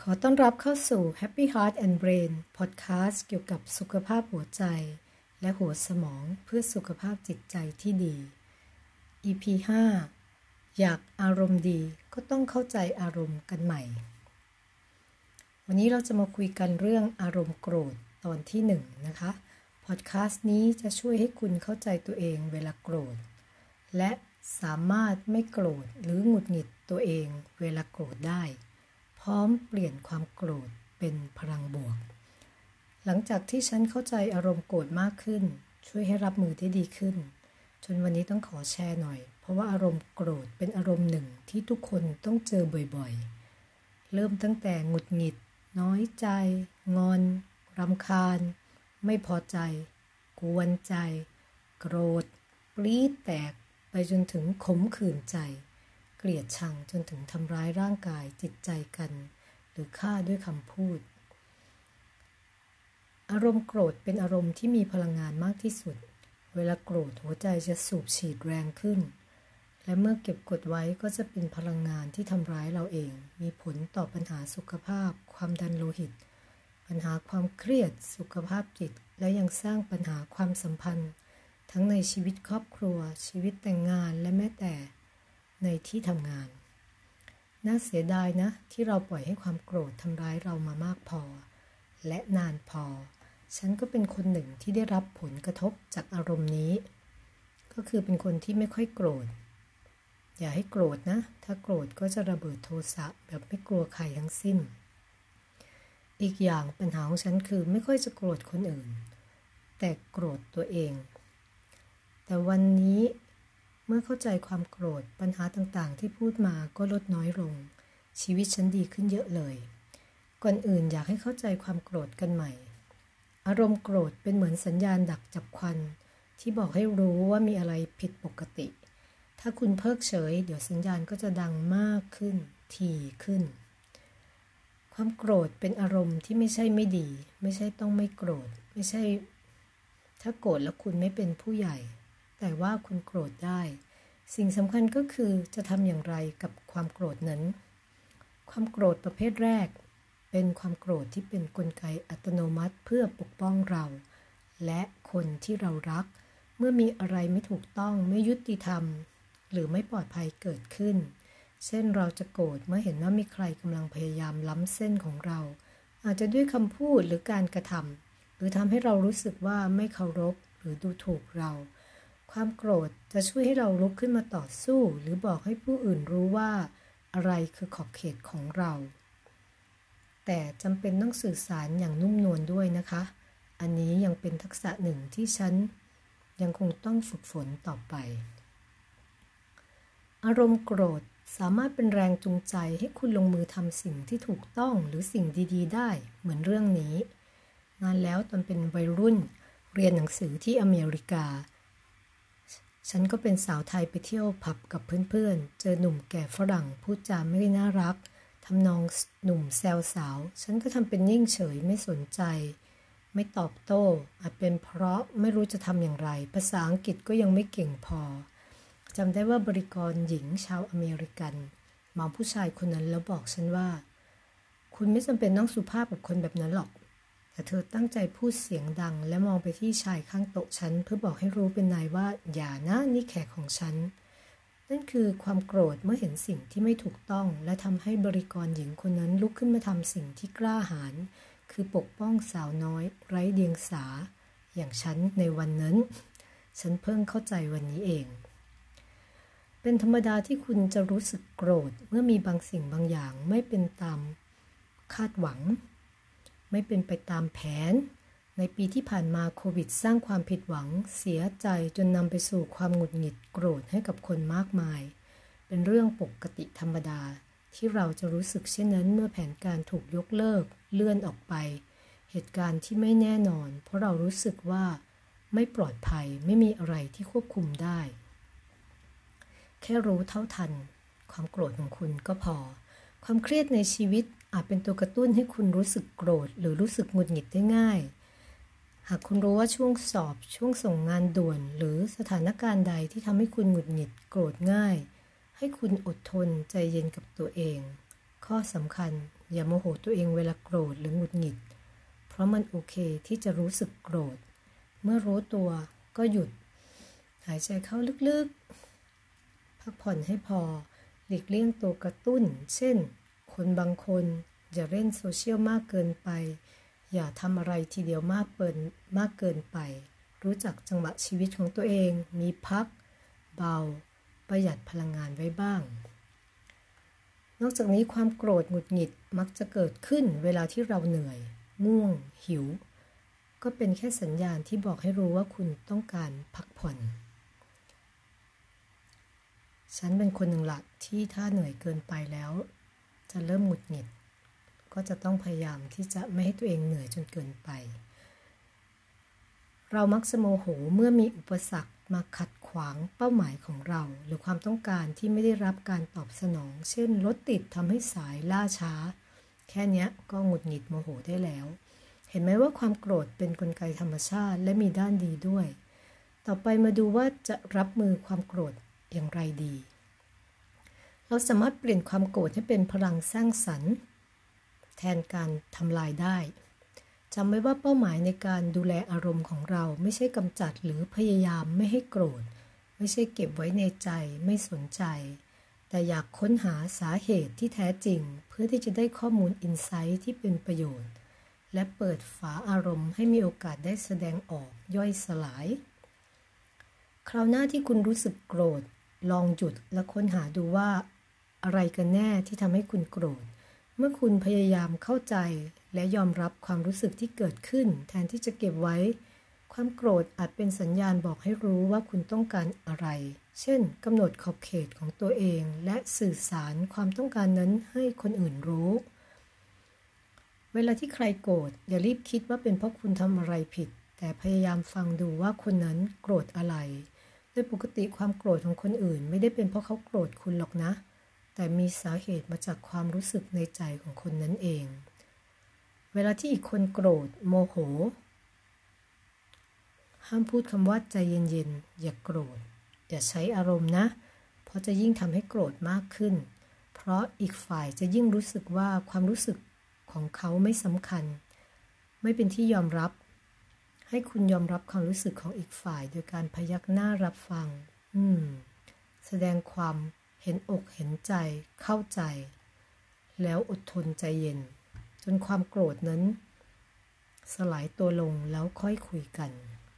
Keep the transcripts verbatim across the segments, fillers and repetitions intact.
ขอต้อนรับเข้าสู่ Happy Heart and Brain Podcast เกี่ยวกับสุขภาพหัวใจและหัวสมองเพื่อสุขภาพจิตใจที่ดี อี พี ห้า อยากอารมณ์ดีก็ต้องเข้าใจอารมณ์กันใหม่วันนี้เราจะมาคุยกันเรื่องอารมณ์โกรธตอนที่หนึ่งนะคะ Podcast นี้จะช่วยให้คุณเข้าใจตัวเองเวลาโกรธและสามารถไม่โกรธหรือหงุดหงิดตัวเองเวลาโกรธได้พร้อมเปลี่ยนความโกรธเป็นพลังบวกหลังจากที่ฉันเข้าใจอารมณ์โกรธมากขึ้นช่วยให้รับมือได้ดีขึ้นจนวันนี้ต้องขอแชร์หน่อยเพราะว่าอารมณ์โกรธเป็นอารมณ์หนึ่งที่ทุกคนต้องเจอบ่อยๆเริ่มตั้งแต่หงุดหงิดน้อยใจงอนรำคาญไม่พอใจกวนใจโกรธปรี๊ดแตกไปจนถึงขมขื่นใจเกลียดชังจนถึงทำร้ายร่างกายจิตใจกันหรือฆ่าด้วยคำพูดอารมณ์โกรธเป็นอารมณ์ที่มีพลังงานมากที่สุดเวลาโกรธหัวใจจะสูบฉีดแรงขึ้นและเมื่อเก็บกดไว้ก็จะเป็นพลังงานที่ทำร้ายเราเองมีผลต่อปัญหาสุขภาพความดันโลหิตปัญหาความเครียดสุขภาพจิตและยังสร้างปัญหาความสัมพันธ์ทั้งในชีวิตครอบครัวชีวิตแต่งงานและแม้แต่ในที่ทำงานน่าเสียดายนะที่เราปล่อยให้ความโกรธทำร้ายเรามามากพอและนานพอฉันก็เป็นคนหนึ่งที่ได้รับผลกระทบจากอารมณ์นี้ก็คือเป็นคนที่ไม่ค่อยโกรธอย่าให้โกรธนะถ้าโกรธก็จะระเบิดโทสะแบบไม่กลัวใครทั้งสิ้นอีกอย่างปัญหาของฉันคือไม่ค่อยจะโกรธคนอื่นแต่โกรธตัวเองแต่วันนี้เมื่อเข้าใจความโกรธปัญหาต่างๆที่พูดมาก็ลดน้อยลงชีวิตฉันดีขึ้นเยอะเลยก่อนอื่นอยากให้เข้าใจความโกรธกันใหม่อารมณ์โกรธเป็นเหมือนสัญญาณดักจับควันที่บอกให้รู้ว่ามีอะไรผิดปกติถ้าคุณเพิกเฉยเดี๋ยวสัญญาณก็จะดังมากขึ้นถี่ขึ้นความโกรธเป็นอารมณ์ที่ไม่ใช่ไม่ดีไม่ใช่ต้องไม่โกรธไม่ใช่ถ้าโกรธแล้วคุณไม่เป็นผู้ใหญ่แต่ว่าคุณโกรธได้สิ่งสำคัญก็คือจะทำอย่างไรกับความโกรธนั้นความโกรธประเภทแรกเป็นความโกรธที่เป็นกลไกอัตโนมัติเพื่อปกป้องเราและคนที่เรารักเมื่อมีอะไรไม่ถูกต้องไม่ยุติธรรมหรือไม่ปลอดภัยเกิดขึ้นเช่นเราจะโกรธเมื่อเห็นว่ามีใครกำลังพยายามล้ำเส้นของเราอาจจะด้วยคำพูดหรือการกระทำหรือทำให้เรารู้สึกว่าไม่เคารพหรือดูถูกเราความโกรธจะช่วยให้เราลุกขึ้นมาต่อสู้หรือบอกให้ผู้อื่นรู้ว่าอะไรคือขอบเขตของเราแต่จำเป็นต้องสื่อสารอย่างนุ่มนวลด้วยนะคะอันนี้ยังเป็นทักษะหนึ่งที่ฉันยังคงต้องฝึกฝนต่อไปอารมณ์โกรธสามารถเป็นแรงจูงใจให้คุณลงมือทำสิ่งที่ถูกต้องหรือสิ่งดีๆได้เหมือนเรื่องนี้นานแล้วตอนเป็นวัยรุ่นเรียนหนังสือที่อเมริกาฉันก็เป็นสาวไทยไปเที่ยวผับกับเพื่อนๆเจอหนุ่มแก่ฝรั่งพูดจาไม่น่ารักทำนองหนุ่มแซวสาวฉันก็ทำเป็นนิ่งเฉยไม่สนใจไม่ตอบโต้อาจเป็นเพราะไม่รู้จะทำอย่างไรภาษาอังกฤษก็ยังไม่เก่งพอจำได้ว่าบริกรหญิงชาวอเมริกันมองผู้ชายคนนั้นแล้วบอกฉันว่าคุณไม่จำเป็นต้องสุภาพกับคนแบบนั้นหรอกแต่เธอตั้งใจพูดเสียงดังและมองไปที่ชายข้างโต๊ะฉันเพื่อบอกให้รู้เป็นนายว่าอย่านะนี่แขกของฉันนั่นคือความโกรธเมื่อเห็นสิ่งที่ไม่ถูกต้องและทำให้บริกรหญิงคนนั้นลุกขึ้นมาทำสิ่งที่กล้าหาญคือปกป้องสาวน้อยไร้เดียงสาอย่างฉันในวันนั้นฉันเพิ่งเข้าใจวันนี้เองเป็นธรรมดาที่คุณจะรู้สึกโกรธเมื่อมีบางสิ่งบางอย่างไม่เป็นตามคาดหวังไม่เป็นไปตามแผนในปีที่ผ่านมาโควิดสร้างความผิดหวังเสียใจจนนำไปสู่ความหงุดหงิดโกรธให้กับคนมากมายเป็นเรื่องปกติธรรมดาที่เราจะรู้สึกเช่นนั้นเมื่อแผนการถูกยกเลิกเลื่อนออกไปเหตุการณ์ที่ไม่แน่นอนเพราะเรารู้สึกว่าไม่ปลอดภัยไม่มีอะไรที่ควบคุมได้แค่รู้เท่าทันความโกรธของคุณก็พอความเครียดในชีวิตอาจเป็นตัวกระตุ้นให้คุณรู้สึกโกรธหรือรู้สึกหงุดหงิดได้ง่ายหากคุณรู้ว่าช่วงสอบช่วงส่งงานด่วนหรือสถานการณ์ใดที่ทำให้คุณหงุดหงิดโกรธง่ายให้คุณอดทนใจเย็นกับตัวเองข้อสำคัญอย่าโมโหตัวเองเวลาโกรธหรือหงุดหงิดเพราะมันโอเคที่จะรู้สึกโกรธเมื่อรู้ตัวก็หยุดหายใจเข้าลึกๆพักผ่อนให้พอหลีกเลี่ยงตัวกระตุ้นเช่นคนบางคนอย่าเล่นโซเชียลมากเกินไปอย่าทำอะไรทีเดียวมากเกินมากเกินไปรู้จักจังหวะชีวิตของตัวเองมีพักเบาประหยัดพลังงานไว้บ้างนอกจากนี้ความโกรธหงุดหงิดมักจะเกิดขึ้นเวลาที่เราเหนื่อยง่วงหิวก็เป็นแค่สัญญาณที่บอกให้รู้ว่าคุณต้องการพักผ่อนฉันเป็นคนหนึ่งหลักที่ถ้าเหนื่อยเกินไปแล้วจะเริ่มหงุดหงิดก็จะต้องพยายามที่จะไม่ให้ตัวเองเหนื่อยจนเกินไปเรามักจะโมโหเมื่อมีอุปสรรคมาขัดขวางเป้าหมายของเราหรือความต้องการที่ไม่ได้รับการตอบสนองเช่นรถติดทำให้สายล่าช้าแค่นี้ก็หงุดหงิดโมโหได้แล้วเห็นไหมว่าความโกรธเป็นกลไกธรรมชาติและมีด้านดีด้วยต่อไปมาดูว่าจะรับมือความโกรธอย่างไรดีเราสามารถเปลี่ยนความโกรธให้เป็นพลังสร้างสรรค์แทนการทำลายได้จำไว้ว่าเป้าหมายในการดูแลอารมณ์ของเราไม่ใช่กำจัดหรือพยายามไม่ให้โกรธไม่ใช่เก็บไว้ในใจไม่สนใจแต่อยากค้นหาสาเหตุที่แท้จริงเพื่อที่จะได้ข้อมูลอินไซต์ที่เป็นประโยชน์และเปิดฝาอารมณ์ให้มีโอกาสได้แสดงออกย่อยสลายคราวหน้าที่คุณรู้สึกโกรธลองหยุดและค้นหาดูว่าอะไรกันแน่ที่ทำให้คุณโกรธเมื่อคุณพยายามเข้าใจและยอมรับความรู้สึกที่เกิดขึ้นแทนที่จะเก็บไว้ความโกรธอาจเป็นสัญญาณบอกให้รู้ว่าคุณต้องการอะไรเช่นกำหนดขอบเขตของตัวเองและสื่อสารความต้องการนั้นให้คนอื่นรู้เวลาที่ใครโกรธอย่ารีบคิดว่าเป็นเพราะคุณทำอะไรผิดแต่พยายามฟังดูว่าคนนั้นโกรธอะไรโดยปกติความโกรธของคนอื่นไม่ได้เป็นเพราะเขาโกรธคุณหรอกนะแต่มีสาเหตุมาจากความรู้สึกในใจของคนนั้นเองเวลาที่อีกคนโกรธโมโหห้ามพูดคำว่าใจเย็นๆอย่าโกรธอย่าใช้อารมณ์นะเพราะจะยิ่งทำให้โกรธมากขึ้นเพราะอีกฝ่ายจะยิ่งรู้สึกว่าความรู้สึกของเขาไม่สำคัญไม่เป็นที่ยอมรับให้คุณยอมรับความรู้สึกของอีกฝ่ายโดยการพยักหน้ารับฟังอืมแสดงความเห็นอกเห็นใจเข้าใจแล้วอดทนใจเย็นจนความโกรธนั้นสลายตัวลงแล้วค่อยคุยกัน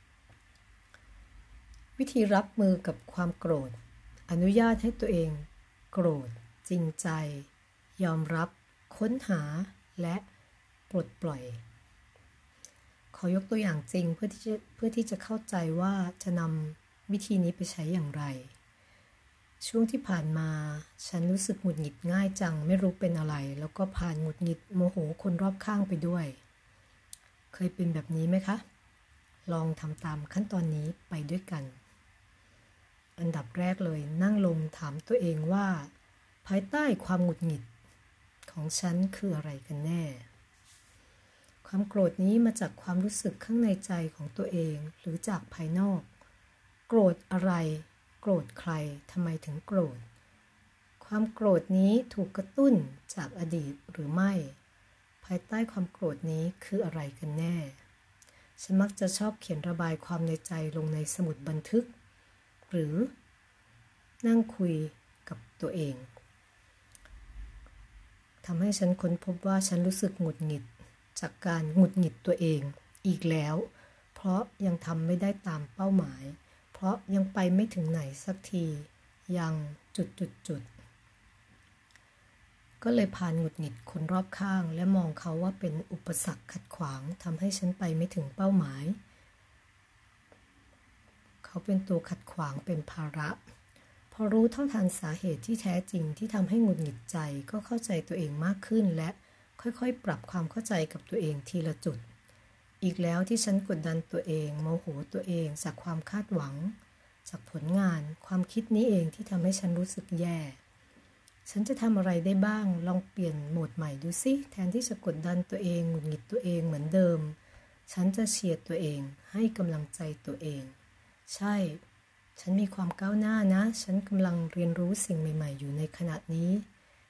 วิธีรับมือกับความโกรธอนุญาตให้ตัวเองโกรธจริงใจยอมรับค้นหาและปลดปล่อยขอยกตัวอย่างจริงเพื่อที่จะเพื่อที่จะเข้าใจว่าจะนำวิธีนี้ไปใช้อย่างไรช่วงที่ผ่านมาฉันรู้สึกหงุดหงิดง่ายจังไม่รู้เป็นอะไรแล้วก็ผ่านหงุดหงิดโมโหคนรอบข้างไปด้วยเคยเป็นแบบนี้ไหมคะลองทำตามขั้นตอนนี้ไปด้วยกันอันดับแรกเลยนั่งลงถามตัวเองว่าภายใต้ความหงุดหงิดของฉันคืออะไรกันแน่ความโกรธนี้มาจากความรู้สึกข้างในใจของตัวเองหรือจากภายนอกโกรธอะไรโกรธใครทำไมถึงโกรธความโกรธนี้ถูกกระตุ้นจากอดีตหรือไม่ภายใต้ความโกรธนี้คืออะไรกันแน่ฉันมักจะชอบเขียนระบายความในใจลงในสมุดบันทึกหรือนั่งคุยกับตัวเองทำให้ฉันค้นพบว่าฉันรู้สึกหงุดหงิดจากการหงุดหงิดตัวเองอีกแล้วเพราะยังทำไม่ได้ตามเป้าหมายเพราะยังไปไม่ถึงไหนสักทียังจุดจุดจุดก็เลยพานหงุดหงิดคนรอบข้างและมองเขาว่าเป็นอุปสรรคขัดขวางทำให้ฉันไปไม่ถึงเป้าหมายเขาเป็นตัวขัดขวางเป็นภาระพอรู้เท่าทันสาเหตุที่แท้จริงที่ทำให้หงุดหงิดใจก็เข้าใจตัวเองมากขึ้นและค่อยๆปรับความเข้าใจกับตัวเองทีละจุดอีกแล้วที่ฉันกดดันตัวเองโมโหตัวเองจากความคาดหวังจากผลงานความคิดนี้เองที่ทำให้ฉันรู้สึกแย่ฉันจะทำอะไรได้บ้างลองเปลี่ยนโหมดใหม่ดูสิแทนที่จะกดดันตัวเองหงุดหงิดตัวเองเหมือนเดิมฉันจะเชียร์ตัวเองให้กำลังใจตัวเองใช่ฉันมีความก้าวหน้านะฉันกำลังเรียนรู้สิ่งใหม่ๆอยู่ในขณะนี้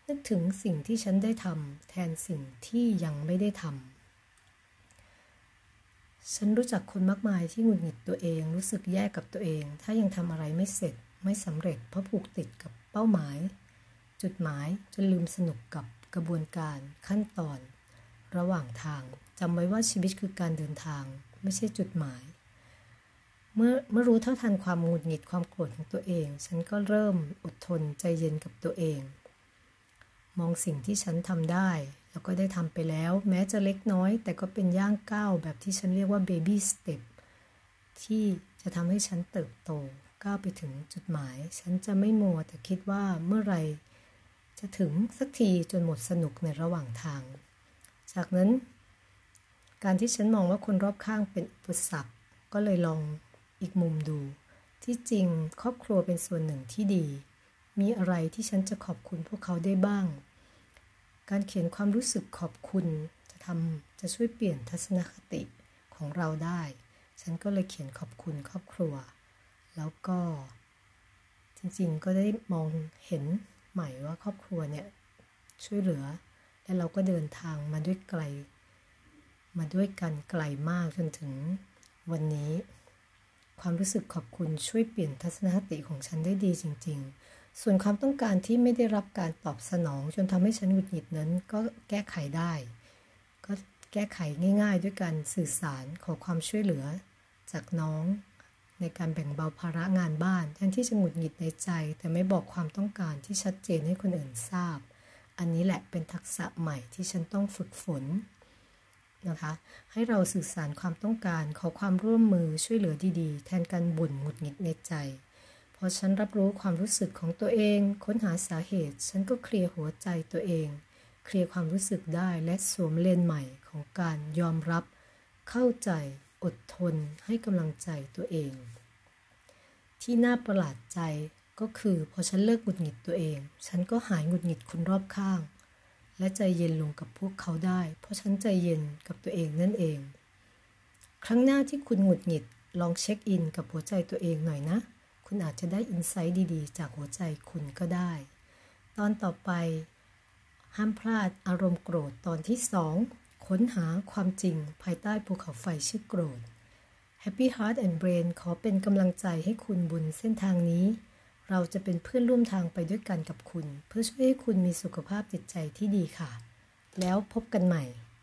นึกถึงสิ่งที่ฉันได้ทำแทนสิ่งที่ยังไม่ได้ทำฉันรู้จักคนมากมายที่หงุดหงิดตัวเองรู้สึกแย่กับตัวเองถ้ายังทำอะไรไม่เสร็จไม่สำเร็จเพราะผูกติดกับเป้าหมายจุดหมายจนลืมสนุกกับกระบวนการขั้นตอนระหว่างทางจำไว้ว่าชีวิตคือการเดินทางไม่ใช่จุดหมายเมื่อเมื่อรู้เท่าทันความหงุดหงิดความโกรธของตัวเองฉันก็เริ่มอดทนใจเย็นกับตัวเองมองสิ่งที่ฉันทำได้แล้วก็ได้ทำไปแล้วแม้จะเล็กน้อยแต่ก็เป็นย่างก้าวแบบที่ฉันเรียกว่า baby step ที่จะทำให้ฉันเติบโตก้าวไปถึงจุดหมายฉันจะไม่มัวแต่คิดว่าเมื่อไรจะถึงสักทีจนหมดสนุกในระหว่างทางจากนั้นการที่ฉันมองว่าคนรอบข้างเป็นอุปสรรคก็เลยลองอีกมุมดูที่จริงครอบครัวเป็นส่วนหนึ่งที่ดีมีอะไรที่ฉันจะขอบคุณพวกเขาได้บ้างการเขียนความรู้สึกขอบคุณจะทำจะช่วยเปลี่ยนทัศนคติของเราได้ฉันก็เลยเขียนขอบคุณครอบครัวแล้วก็จริงๆก็ได้มองเห็นใหม่ว่าครอบครัวเนี่ยช่วยเหลือและเราก็เดินทางมาด้วยไกลมาด้วยกันไกลมากจนถึงวันนี้ความรู้สึกขอบคุณช่วยเปลี่ยนทัศนคติของฉันได้ดีจริงๆส่วนความต้องการที่ไม่ได้รับการตอบสนองจนทำให้ฉันหงุดหงิดนั้นก็แก้ไขได้ก็แก้ไขง่ายๆด้วยการสื่อสารขอความช่วยเหลือจากน้องในการแบ่งเบาภาระงานบ้านแทนที่จะหงุดหงิดในใจแต่ไม่บอกความต้องการที่ชัดเจนให้คนอื่นทราบอันนี้แหละเป็นทักษะใหม่ที่ฉันต้องฝึกฝนนะคะให้เราสื่อสารความต้องการขอความร่วมมือช่วยเหลือดีๆแทนการบ่นหงุดหงิดในใจพอฉันรับรู้ความรู้สึกของตัวเองค้นหาสาเหตุฉันก็เคลียร์หัวใจตัวเองเคลียร์ความรู้สึกได้และสวมเลนใหม่ของการยอมรับเข้าใจอดทนให้กำลังใจตัวเองที่น่าประหลาดใจก็คือพอฉันเลิกหงุดหงิดตัวเองฉันก็หายหงุดหงิดคนรอบข้างและใจเย็นลงกับพวกเขาได้เพราะฉันใจเย็นกับตัวเองนั่นเองครั้งหน้าที่คุณหงุดหงิดลองเช็คอินกับหัวใจตัวเองหน่อยนะคุณอาจจะได้อินไซต์ดีๆจากหัวใจคุณก็ได้ตอนต่อไปห้ามพลาดอารมณ์โกรธตอนที่สองค้นหาความจริงภายใต้ภูเขาไฟชื่อโกรธ Happy Heart and Brain ขอเป็นกำลังใจให้คุณบนเส้นทางนี้เราจะเป็นเพื่อนร่วมทางไปด้วยกันกับคุณเพื่อช่วยให้คุณมีสุขภาพจิตใจที่ดีค่ะแล้วพบกันใหม่